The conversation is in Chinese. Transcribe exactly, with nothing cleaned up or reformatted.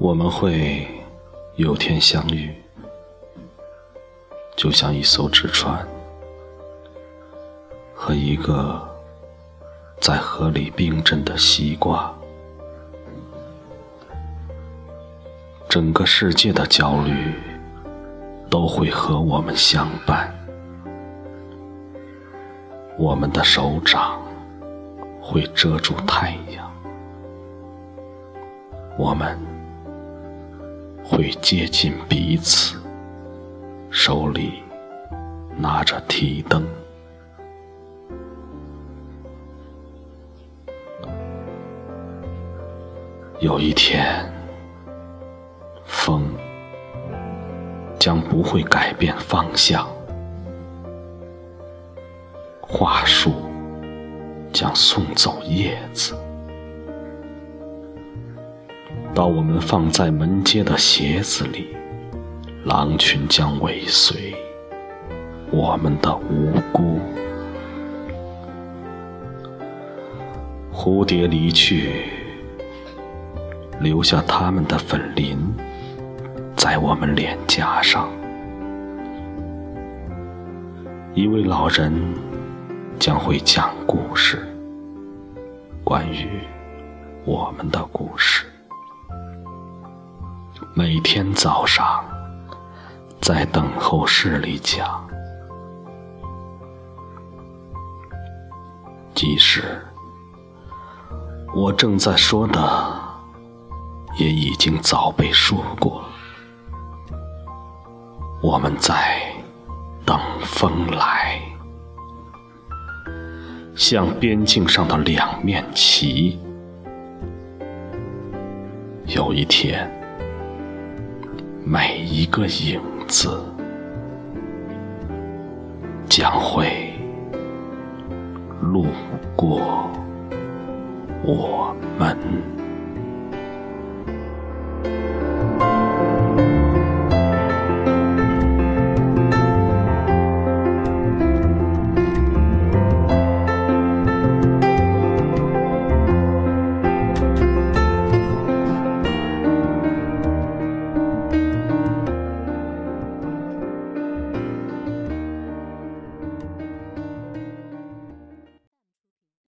我们会有天相遇，就像一艘纸船和一个在河里冰镇的西瓜。整个世界的焦虑都会和我们相伴，我们的手掌会遮住太阳，我们会接近彼此，手里拿着提灯。有一天，风将不会改变方向，桦树将送走叶子，到我们放在门街的鞋子里，狼群将尾随我们的无辜。蝴蝶离去，留下它们的粉鳞在我们脸颊上。一位老人将会讲故事，关于我们的故事。每天早上在等候室里讲，即使我正在说的也已经早被说过。我们在等风来，像边境上的两面旗。有一天，每一个影子将会路过我们。